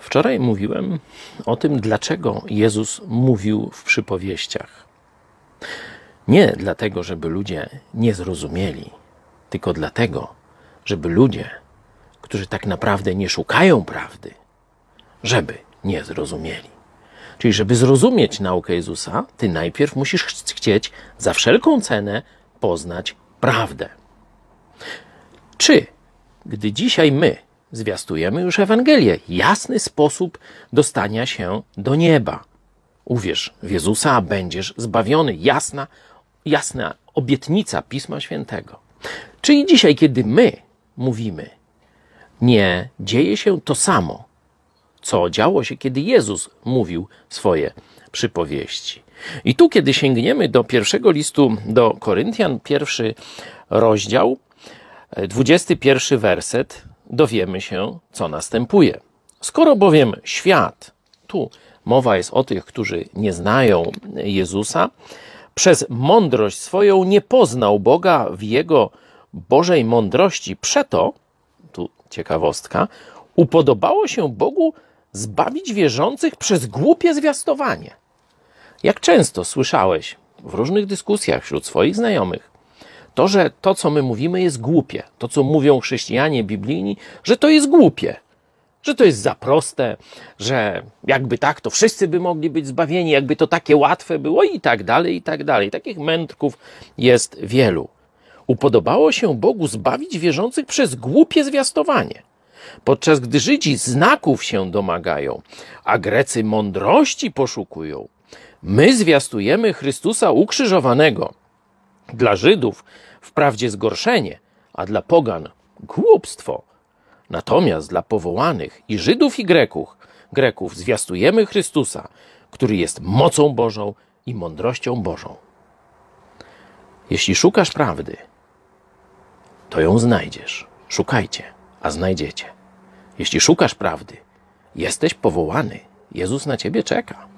Wczoraj mówiłem o tym, dlaczego Jezus mówił w przypowieściach. Nie dlatego, żeby ludzie nie zrozumieli, tylko dlatego, żeby ludzie, którzy tak naprawdę nie szukają prawdy, żeby nie zrozumieli. Czyli żeby zrozumieć naukę Jezusa, ty najpierw musisz chcieć za wszelką cenę poznać prawdę. Czy, gdy dzisiaj my zwiastujemy już Ewangelię, jasny sposób dostania się do nieba. Uwierz w Jezusa, a będziesz zbawiony. Jasna obietnica Pisma Świętego. Czyli dzisiaj, kiedy my mówimy, nie dzieje się to samo, co działo się, kiedy Jezus mówił swoje przypowieści. I tu, kiedy sięgniemy do pierwszego listu do Koryntian, 1 rozdział, 21 werset, dowiemy się, co następuje. Skoro bowiem świat, tu mowa jest o tych, którzy nie znają Jezusa, przez mądrość swoją nie poznał Boga w Jego Bożej mądrości, przeto, tu ciekawostka, upodobało się Bogu zbawić wierzących przez głupie zwiastowanie. Jak często słyszałeś w różnych dyskusjach wśród swoich znajomych, że to, co my mówimy, jest głupie. To, co mówią chrześcijanie biblijni, że to jest głupie. Że to jest za proste, że jakby tak, to wszyscy by mogli być zbawieni, jakby to takie łatwe było i tak dalej, i tak dalej. Takich mędrków jest wielu. Upodobało się Bogu zbawić wierzących przez głupie zwiastowanie. Podczas gdy Żydzi znaków się domagają, a Grecy mądrości poszukują, my zwiastujemy Chrystusa ukrzyżowanego. Dla Żydów wprawdzie zgorszenie, a dla pogan głupstwo. Natomiast dla powołanych i Żydów, i Greków zwiastujemy Chrystusa, który jest mocą Bożą i mądrością Bożą. Jeśli szukasz prawdy, to ją znajdziesz. Szukajcie, a znajdziecie. Jeśli szukasz prawdy, jesteś powołany. Jezus na ciebie czeka.